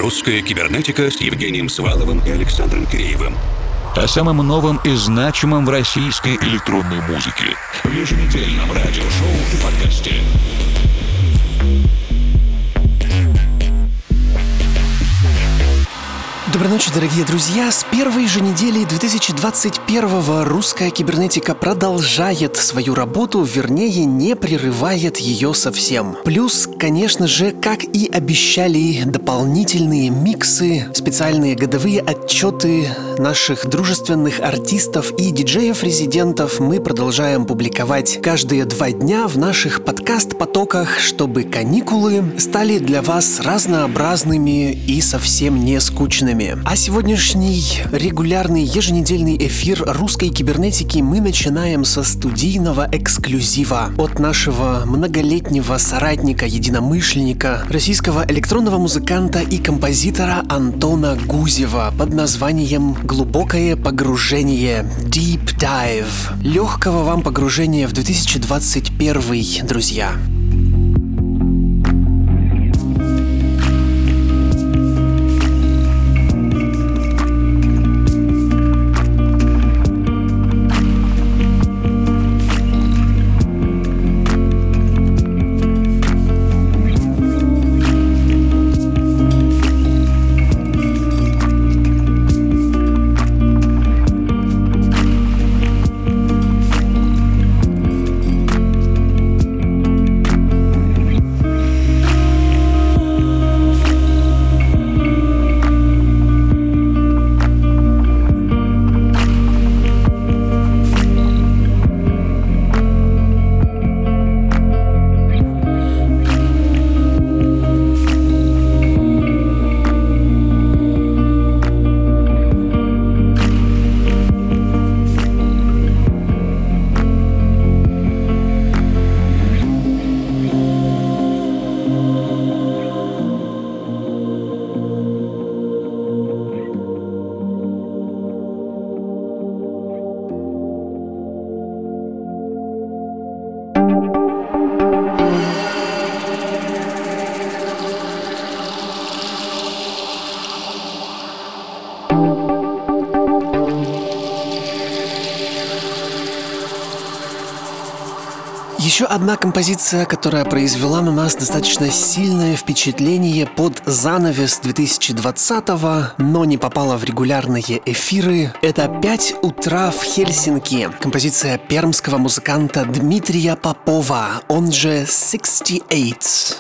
«Русская кибернетика» с Евгением Сваловым и Александром Киреевым. О самом новом и значимом в российской электронной музыке в еженедельном радиошоу и подкасте. Доброй ночи, дорогие друзья! С первой же недели 2021-го русская кибернетика продолжает свою работу, вернее, не прерывает ее совсем. Плюс, конечно же, как и обещали, дополнительные миксы, специальные годовые отчеты наших дружественных артистов и диджеев-резидентов мы продолжаем публиковать каждые 2 дня в наших подкаст-потоках, чтобы каникулы стали для вас разнообразными и совсем не скучными. А сегодняшний регулярный еженедельный эфир русской кибернетики мы начинаем со студийного эксклюзива от нашего многолетнего соратника, единомышленника, российского электронного музыканта и композитора Антона Гузева под названием «Глубокое погружение» Deep Dive. Легкого вам погружения в 2021, друзья! Еще одна композиция, которая произвела на нас достаточно сильное впечатление под занавес 2020-го, но не попала в регулярные эфиры. Это «5 утра в Хельсинки». Композиция пермского музыканта Дмитрия Попова, он же 68.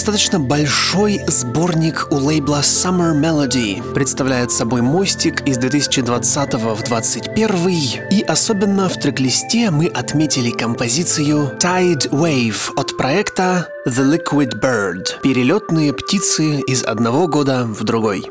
достаточно большой сборник у лейбла Summer Melody. Представляет собой мостик из 2020 в 2021, и особенно в трек-листе мы отметили композицию Tide Wave от проекта The Liquid Bird. Перелетные птицы из одного года в другой.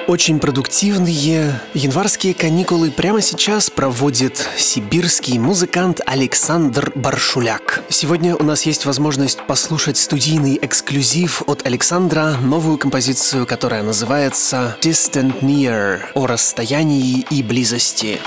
Очень продуктивные январские каникулы прямо сейчас проводит сибирский музыкант Александр Баршуляк. Сегодня у нас есть возможность послушать студийный эксклюзив от Александра, новую композицию, которая называется «Distant Near» о расстоянии и близости.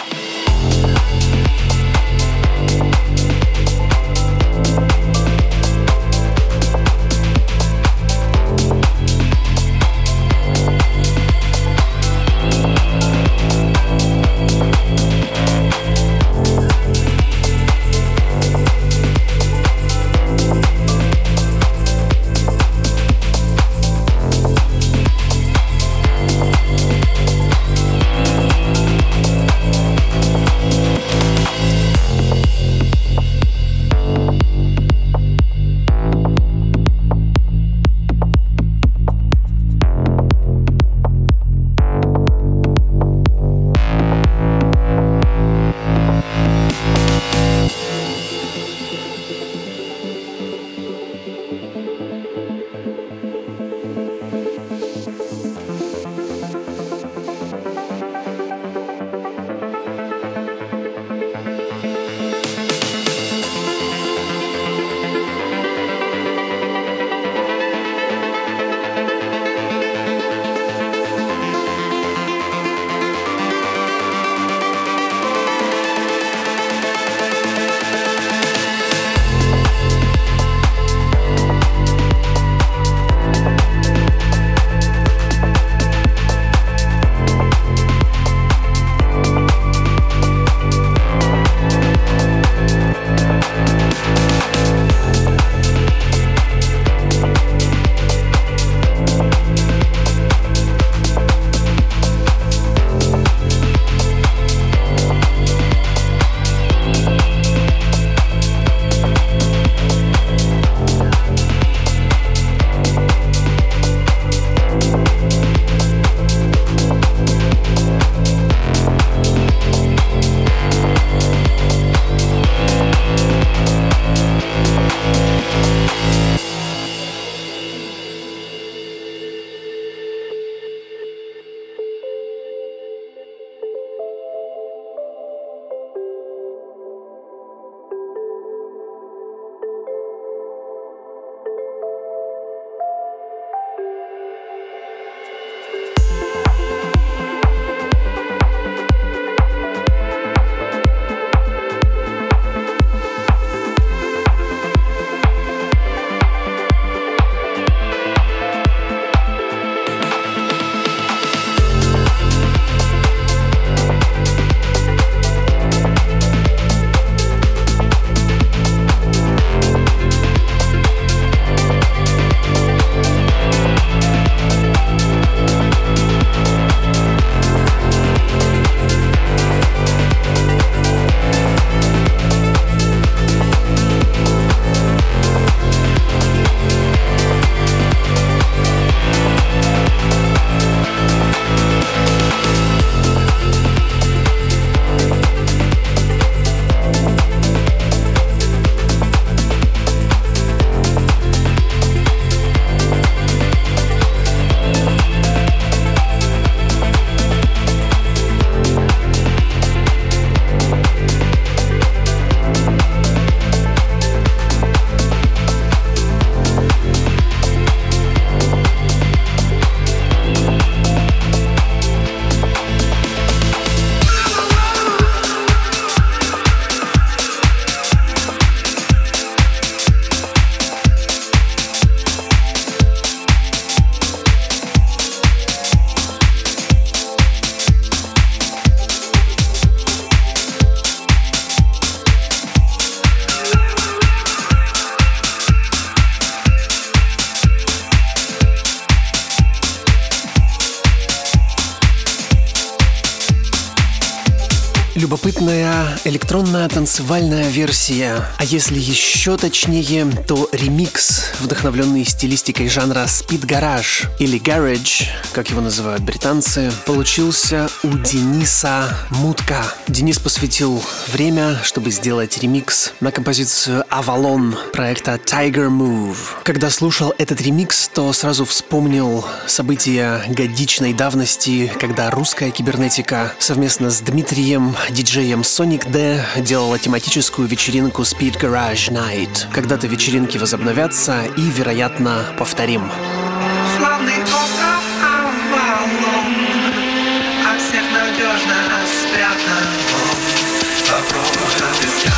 Любопытная электронная танцевальная версия, а если еще точнее, то ремикс, вдохновленный стилистикой жанра Speed Garage или Garage, как его называют британцы, получился у Дениса Мутка. Денис посвятил время, чтобы сделать ремикс на композицию Avalon проекта Tiger Move. Когда слушал этот ремикс, то сразу вспомнил события годичной давности, когда русская кибернетика совместно с Дмитрием, диджеем Sonic D, делала тематическую вечеринку Speed Garage Night. Когда-то вечеринки возобновятся и, вероятно, повторим. Славный остров Авалон, от всех надежно спрятан. Попробуй отыскать.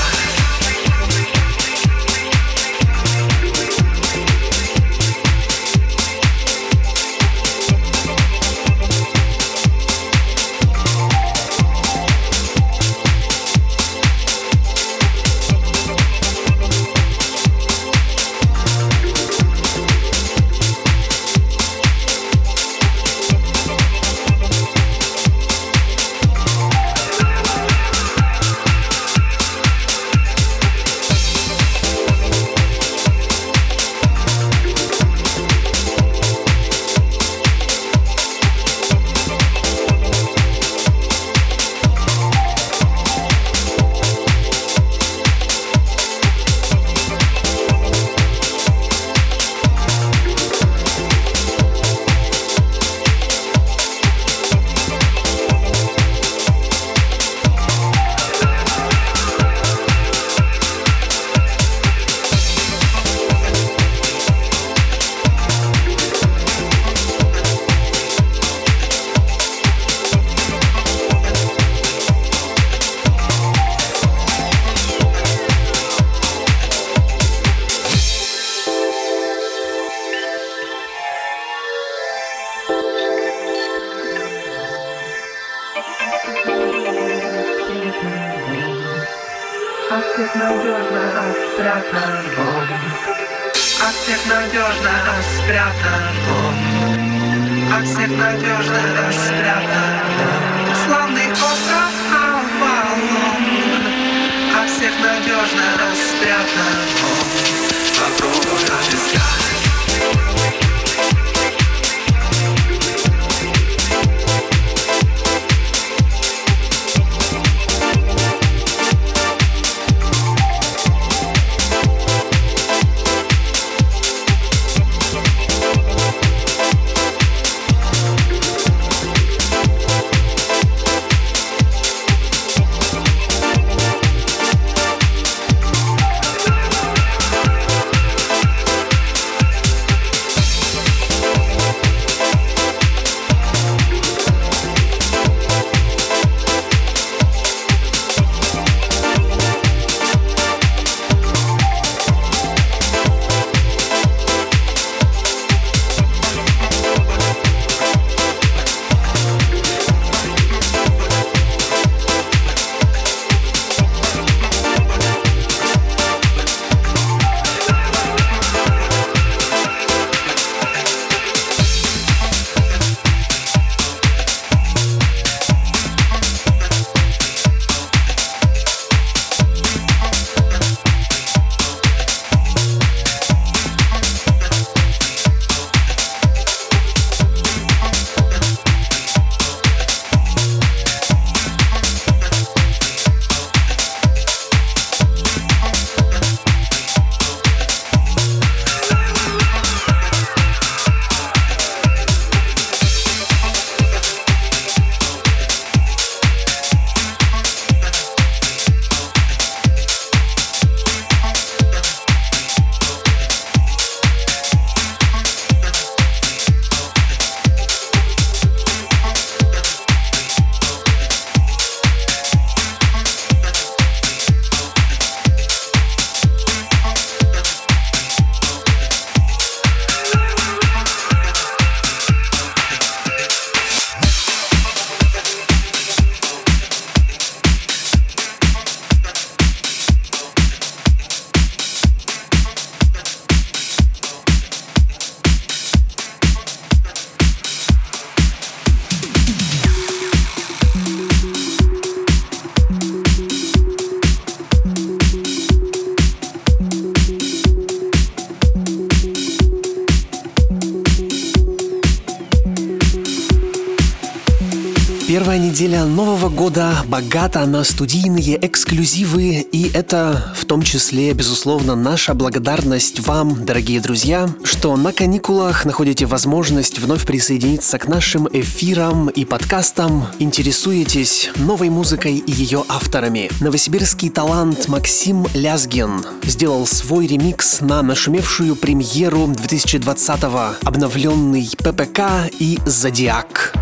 От всех надежно спрятан он. От всех надежно спрятан он. От всех надежно спрятан он. Славный остров Авалон. От всех надежно спрятан он. Попробуй отыскать. Первая неделя Нового года богата на студийные эксклюзивы, и это в том числе, безусловно, наша благодарность вам, дорогие друзья, что на каникулах находите возможность вновь присоединиться к нашим эфирам и подкастам, интересуетесь новой музыкой и ее авторами. Новосибирский талант Максим Лязгин сделал свой ремикс на нашумевшую премьеру 2020-го, обновленный ППК и Зодиак.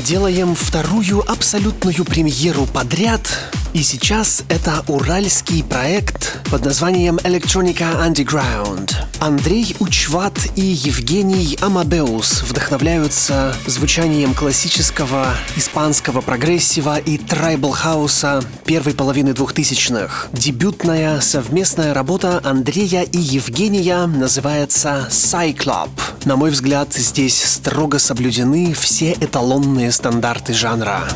делаем вторую абсолютную премьеру подряд. И сейчас это уральский проект под названием Electronica Underground. Андрей Учват и Евгений Амадеус вдохновляются звучанием классического испанского прогрессива и трайбл-хауса первой половины 2000-х. Дебютная совместная работа Андрея и Евгения называется Cyclop. На мой взгляд, здесь строго соблюдены все эталонные стандарты жанра.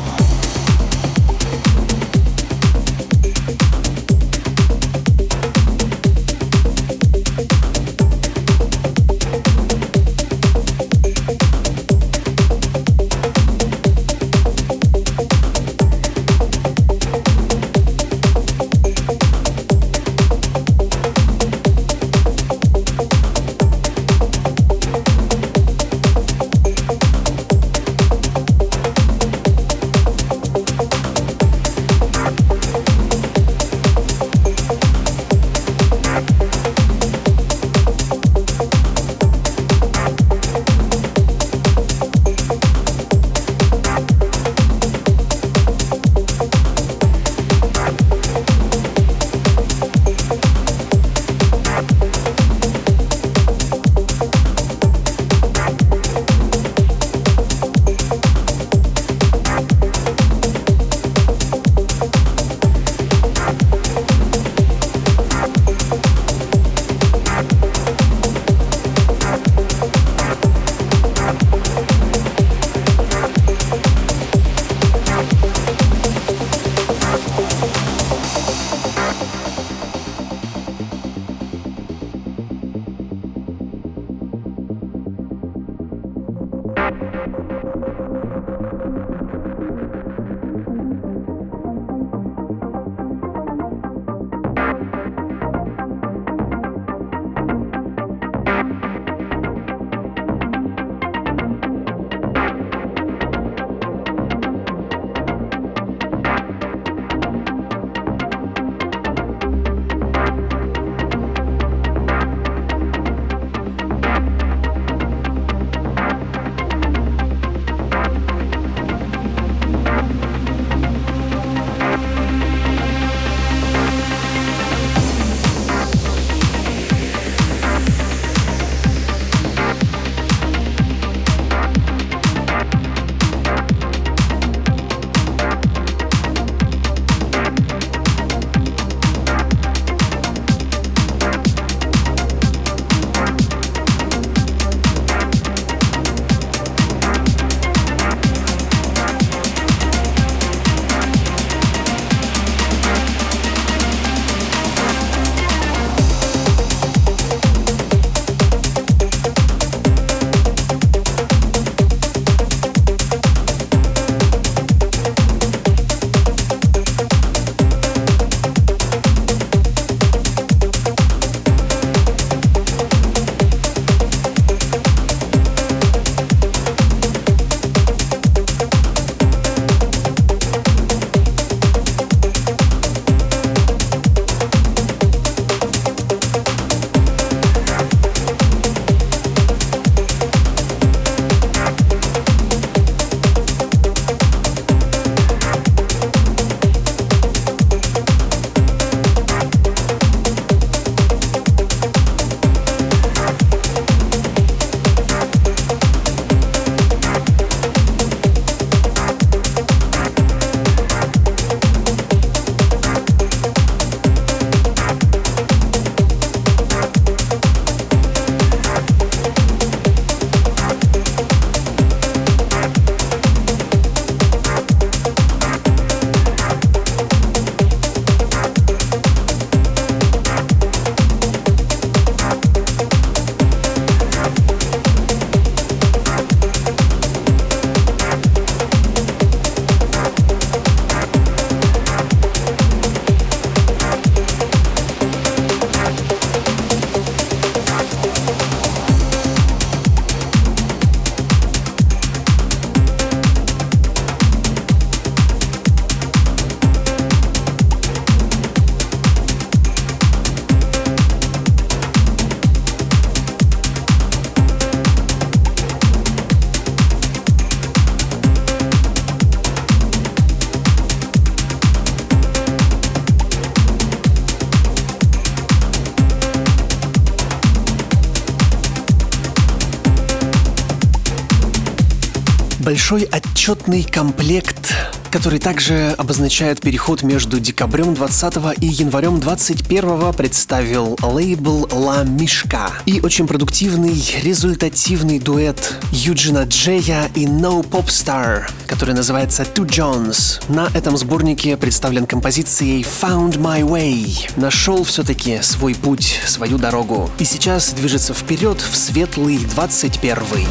Большой отчетный комплект, который также обозначает переход между декабрем 20 и январем 21 представил лейбл La Mishka. И очень продуктивный, результативный дуэт Юджина Джея и No Popstar, который называется Two Johns. На этом сборнике представлен композицией Found My Way. Нашел все-таки свой путь, свою дорогу. И сейчас движется вперед в светлый 21-й.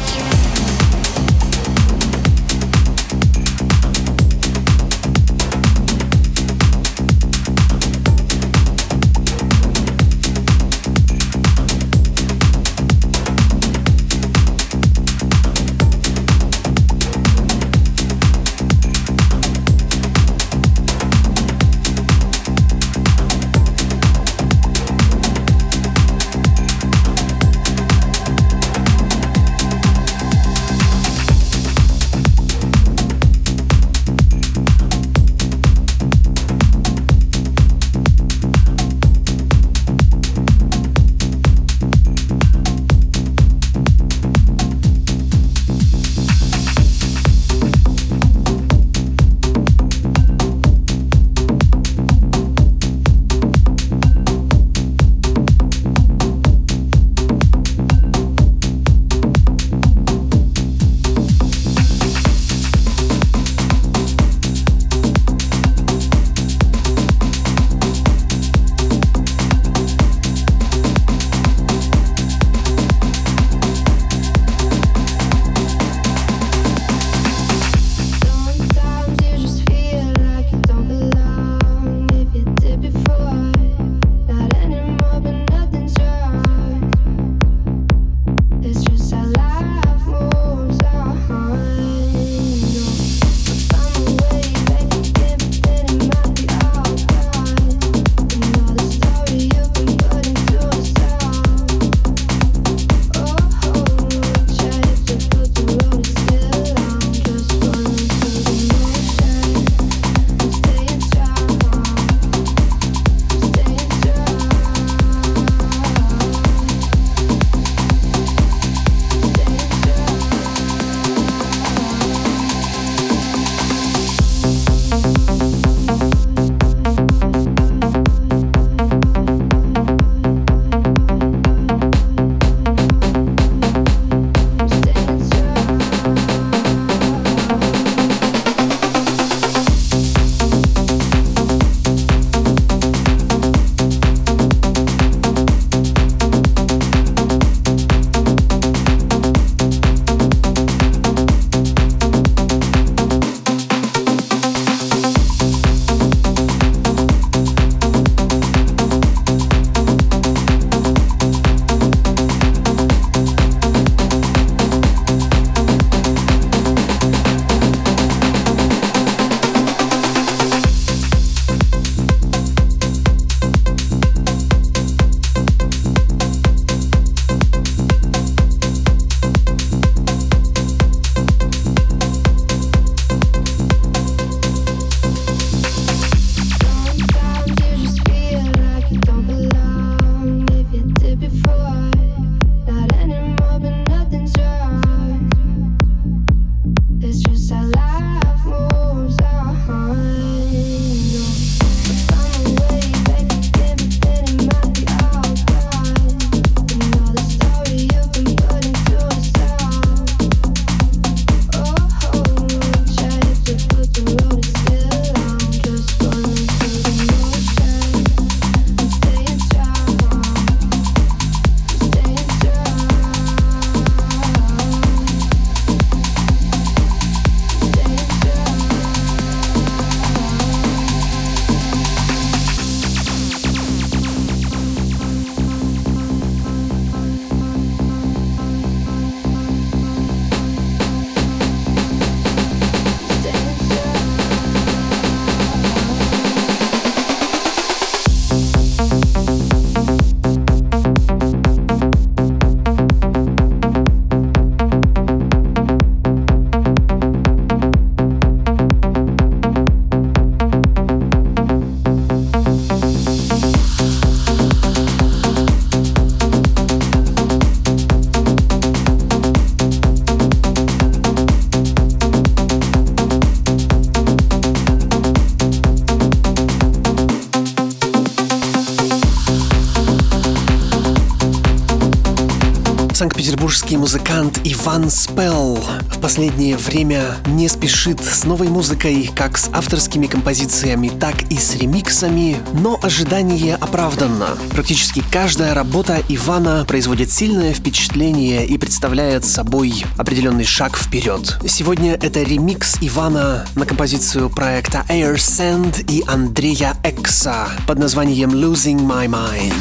петербургский музыкант Иван Спелл в последнее время не спешит с новой музыкой, как с авторскими композициями, так и с ремиксами, но ожидание оправданно. Практически каждая работа Ивана производит сильное впечатление и представляет собой определенный шаг вперед. Сегодня это ремикс Ивана на композицию проекта Air Sand и Андрея Экса под названием Losing My Mind.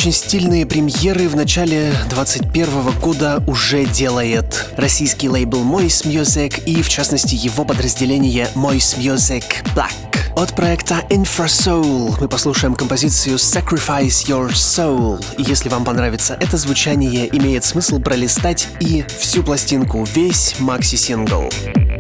очень стильные премьеры в начале 2021 года уже делает российский лейбл Moist Music и, в частности, его подразделение Moist Music Black. От проекта Infrasoul мы послушаем композицию Sacrifice Your Soul. И если вам понравится это звучание, имеет смысл пролистать и всю пластинку, весь макси-сингл.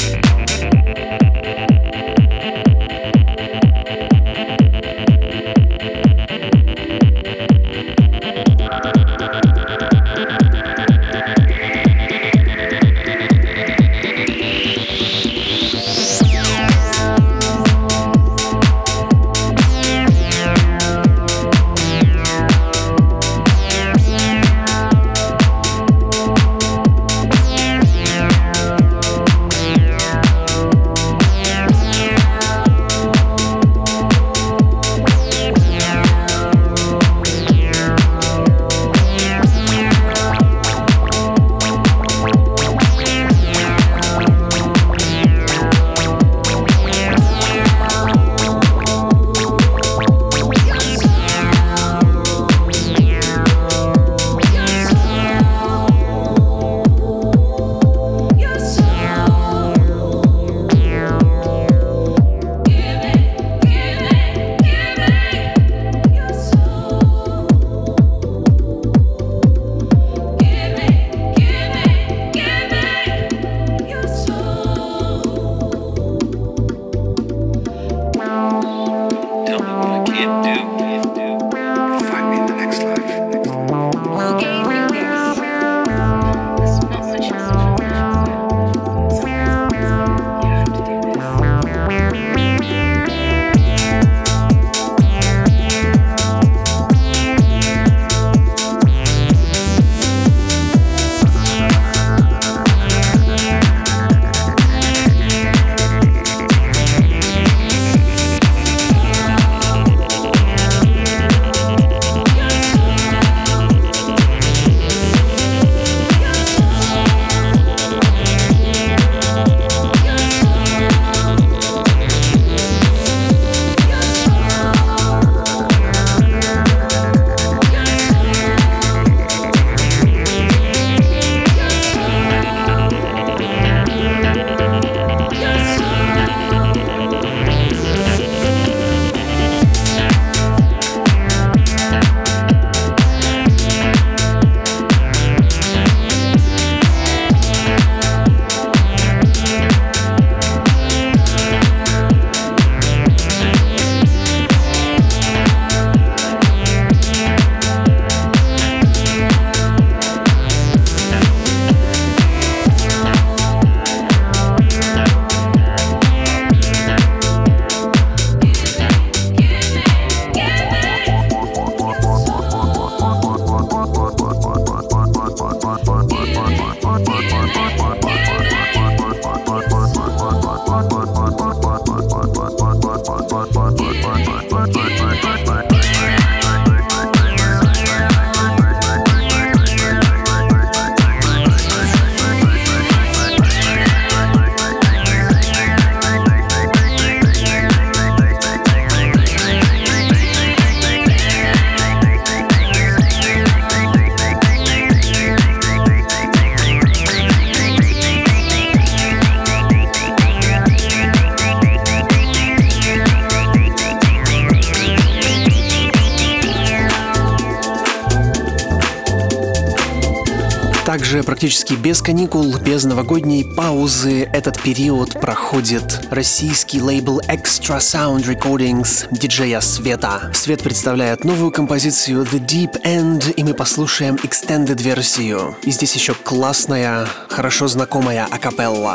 Также практически без каникул, без новогодней паузы этот период проходит российский лейбл Extra Sound Recordings диджея Света. Свет представляет новую композицию The Deep End, и мы послушаем extended версию. И здесь еще классная, хорошо знакомая акапелла.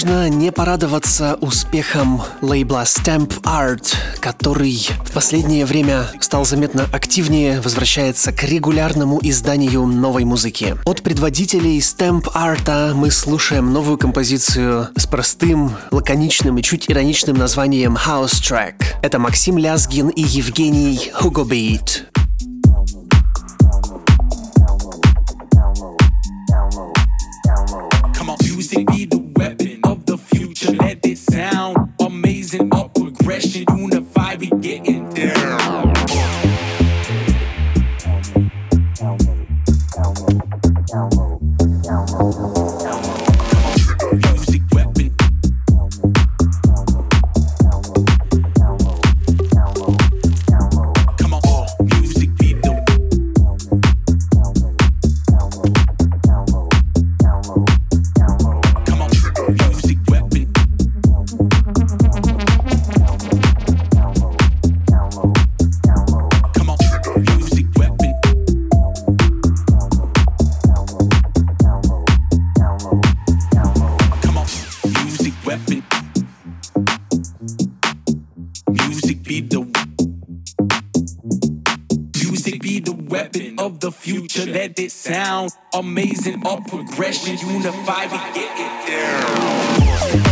невозможно не порадоваться успехам лейбла Stamp Art, который в последнее время стал заметно активнее, возвращается к регулярному изданию новой музыки. От предводителей Stamp Art мы слушаем новую композицию с простым, лаконичным и чуть ироничным названием House Track. Это Максим Лязгин и Евгений Hugobeat. Music be the weapon of the future. Let it sound amazing, up progression, unified, we getting down. Music weapon. Come on, music be the of the future, let it sound amazing, up progression, unified, we get it down.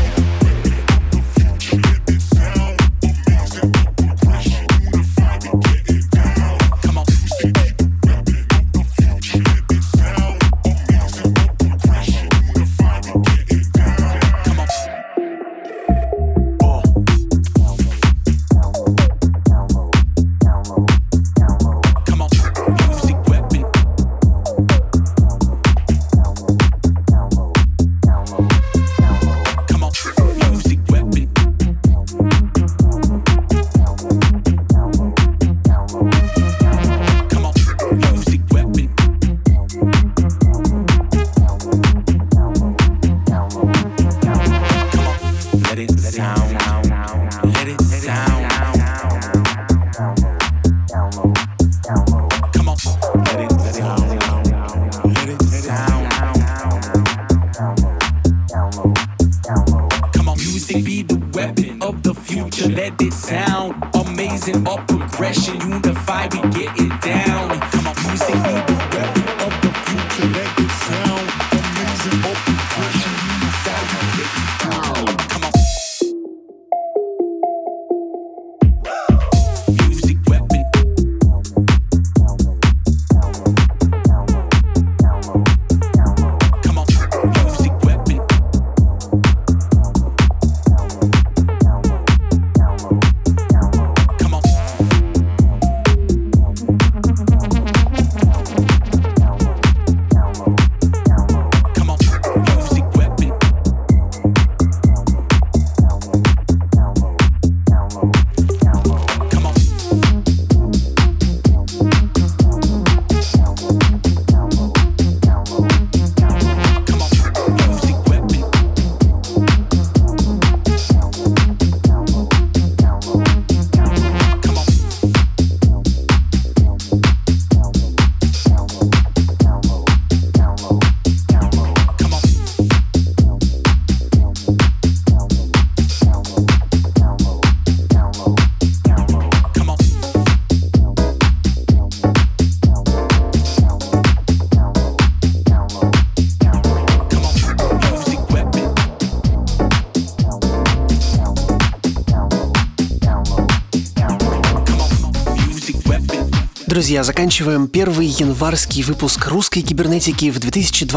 Друзья, заканчиваем первый январский выпуск русской кибернетики в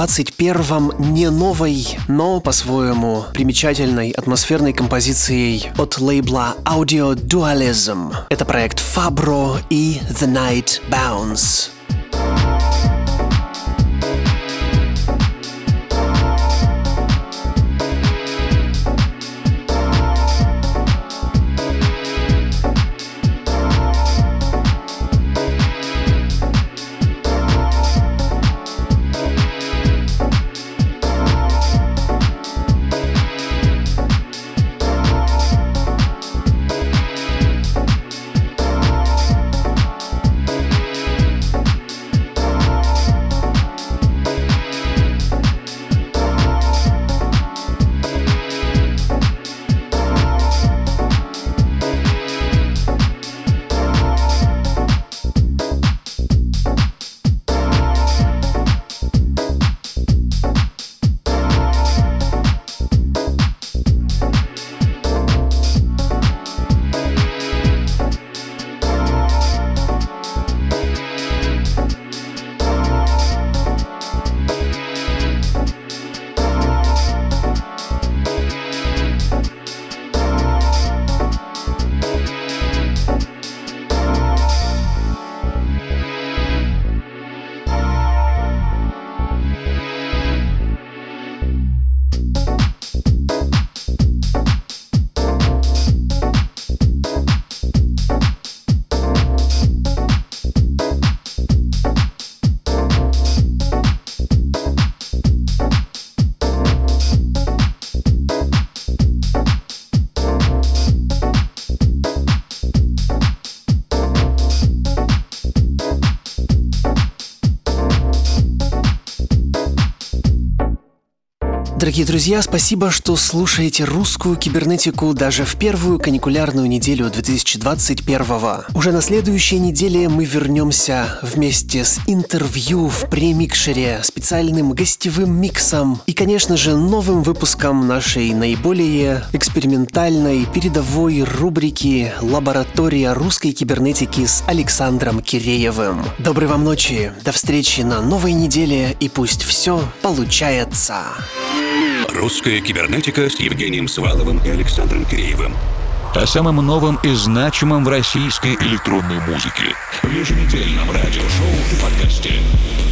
2021-м не новой, но по-своему примечательной атмосферной композицией от лейбла Audio Dualism. Это проект Fabro и The Night Bounce. Дорогие друзья, спасибо, что слушаете русскую кибернетику даже в первую каникулярную неделю 2021-го. Уже на следующей неделе мы вернемся вместе с интервью в премикшере, специальным гостевым миксом и, конечно же, новым выпуском нашей наиболее экспериментальной передовой рубрики «Лаборатория русской кибернетики» с Александром Киреевым. Доброй вам ночи, до встречи на новой неделе и пусть все получается. Русская кибернетика с Евгением Сваловым и Александром Киреевым. О самом новом и значимом в российской электронной музыке. В еженедельном радиошоу и подкасте.